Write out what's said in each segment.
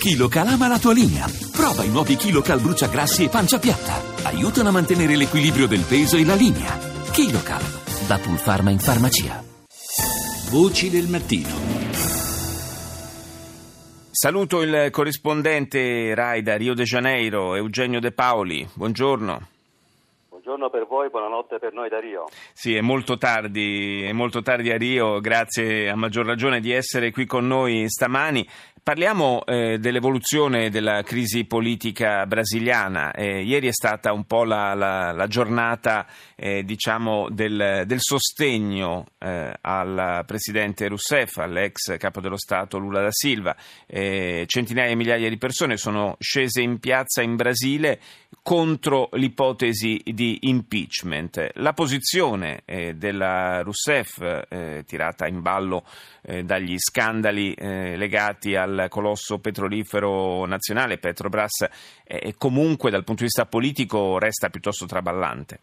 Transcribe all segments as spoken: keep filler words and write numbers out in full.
KiloCal ama la tua linea. Prova i nuovi KiloCal bruciagrassi e pancia piatta. Aiutano a mantenere l'equilibrio del peso e la linea. KiloCal, da Pulpharma in farmacia. Voci del mattino. Saluto il corrispondente Rai da Rio de Janeiro, Eugenio De Paoli. Buongiorno. Buongiorno per voi, buonanotte per noi da Rio. Sì, è molto tardi, è molto tardi a Rio, grazie a maggior ragione di essere qui con noi stamani. Parliamo eh, dell'evoluzione della crisi politica brasiliana. Eh, ieri è stata un po' la, la, la giornata eh, diciamo del, del sostegno eh, al presidente Rousseff, all'ex capo dello Stato Lula da Silva. Eh, centinaia di migliaia di persone sono scese in piazza in Brasile contro l'ipotesi di impeachment. La posizione eh, della Rousseff, eh, tirata in ballo eh, dagli scandali eh, legati al colosso petrolifero nazionale Petrobras, e comunque dal punto di vista politico resta piuttosto traballante.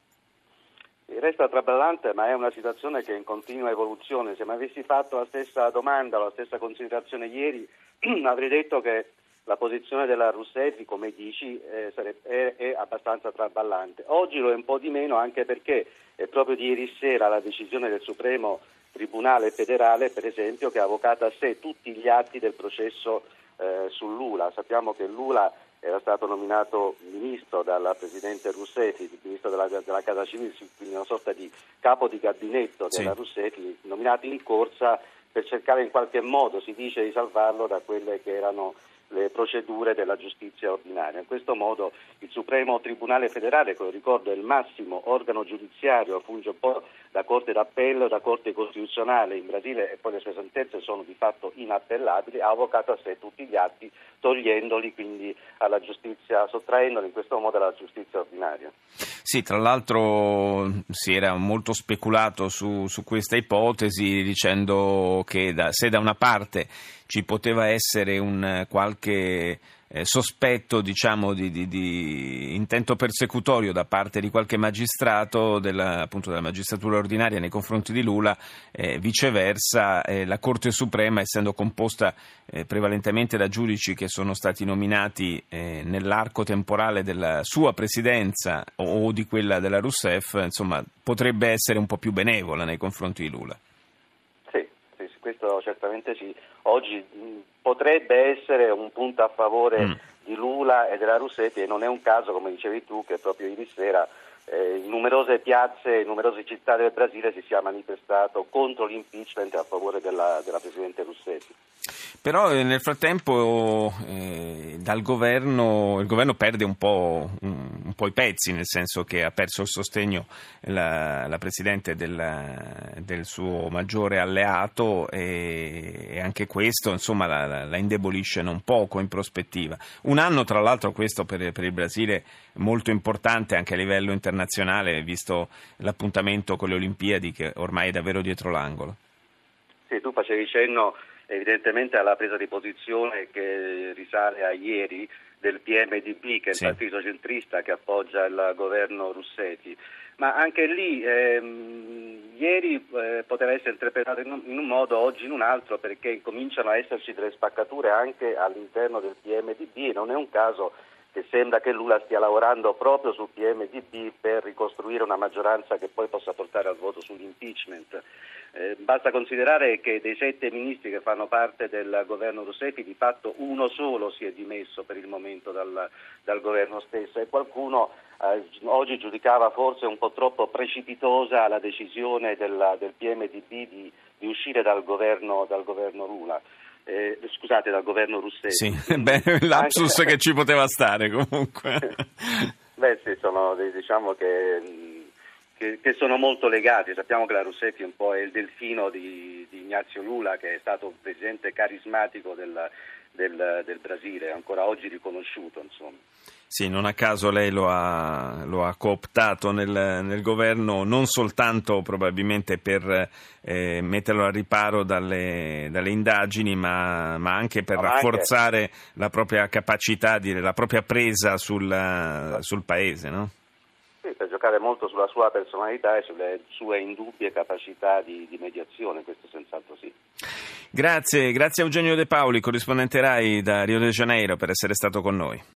Resta traballante, ma è una situazione che è in continua evoluzione. Se mi avessi fatto la stessa domanda, la stessa considerazione ieri, avrei detto che la posizione della Rousseff, come dici, eh, sarebbe, è, è abbastanza traballante. Oggi lo è un po' di meno, anche perché è proprio di ieri sera la decisione del Supremo Tribunale federale, per esempio, che ha avvocato a sé tutti gli atti del processo eh, su Lula. Sappiamo che Lula era stato nominato ministro dal presidente Rousseff, ministro della, della Casa Civile, quindi una sorta di capo di gabinetto della sì. Rousseff, nominato in corsa per cercare in qualche modo, si dice, di salvarlo da quelle che erano le procedure della giustizia ordinaria. In questo modo il Supremo Tribunale federale, che lo ricordo è il massimo organo giudiziario, funge un po' da Corte d'Appello, da Corte Costituzionale in Brasile, e poi le sue sentenze sono di fatto inappellabili, ha avvocato a sé tutti gli atti, togliendoli quindi alla giustizia, sottraendoli in questo modo alla giustizia ordinaria. Sì, tra l'altro si era molto speculato su, su questa ipotesi, dicendo che da, se da una parte ci poteva essere un qualche eh, sospetto, diciamo, di, di, di intento persecutorio da parte di qualche magistrato, della, appunto della magistratura ordinaria nei confronti di Lula, eh, viceversa eh, la Corte Suprema, essendo composta eh, prevalentemente da giudici che sono stati nominati eh, nell'arco temporale della sua presidenza o, o di quella della Rousseff, insomma, potrebbe essere un po' più benevola nei confronti di Lula. Sì, sì, sì, questo certamente sì. Oggi mh, potrebbe essere un punto a favore mm. di Lula e della Rousseff, e non è un caso, come dicevi tu, che proprio ieri sera eh, in numerose piazze, in numerose città del Brasile si sia manifestato contro l'impeachment e a favore della, della Presidente Rousseff. Però eh, nel frattempo eh, dal governo il governo perde un po', un, un po' i pezzi, nel senso che ha perso il sostegno la, la Presidente del, del suo maggiore alleato, e, e anche questo insomma la, la, la indebolisce non poco in prospettiva. Un anno tra l'altro questo per, per il Brasile molto importante anche a livello internazionale, visto l'appuntamento con le Olimpiadi che ormai è davvero dietro l'angolo. Sì, tu facevi cenno evidentemente alla presa di posizione che risale a ieri del P M D B, che è il sì. partito centrista che appoggia il governo Rousseff, ma anche lì ehm, ieri eh, poteva essere interpretato in un, in un modo, oggi in un altro, perché cominciano a esserci delle spaccature anche all'interno del P M D B, e non è un caso che sembra che Lula stia lavorando proprio sul P M D B per ricostruire una maggioranza che poi possa portare al voto sull'impeachment. Eh, basta considerare che dei sette ministri che fanno parte del governo Rousseff di fatto uno solo si è dimesso per il momento dal, dal governo stesso, e qualcuno eh, oggi giudicava forse un po' troppo precipitosa la decisione della, del P M D B di, di uscire dal governo, dal governo Lula. Eh, scusate, dal governo Rousseff. Sì, beh, lapsus anche... che ci poteva stare comunque. Beh sì, sono, diciamo che... Che, che sono molto legati. Sappiamo che la Rousseff un po' è il delfino di, di Ignazio Lula, che è stato un presidente carismatico del, del, del Brasile, ancora oggi riconosciuto, insomma. Sì, non a caso lei lo ha, lo ha cooptato nel, nel governo, non soltanto probabilmente per eh, metterlo al riparo dalle, dalle indagini, ma, ma anche per no, rafforzare anche... la propria capacità, di, la propria presa sul, sul paese, no? Sì, per giocare molto sulla sua personalità e sulle sue indubbie capacità di, di mediazione, questo senz'altro sì. Grazie, grazie a Eugenio De Paoli, corrispondente RAI da Rio de Janeiro, per essere stato con noi.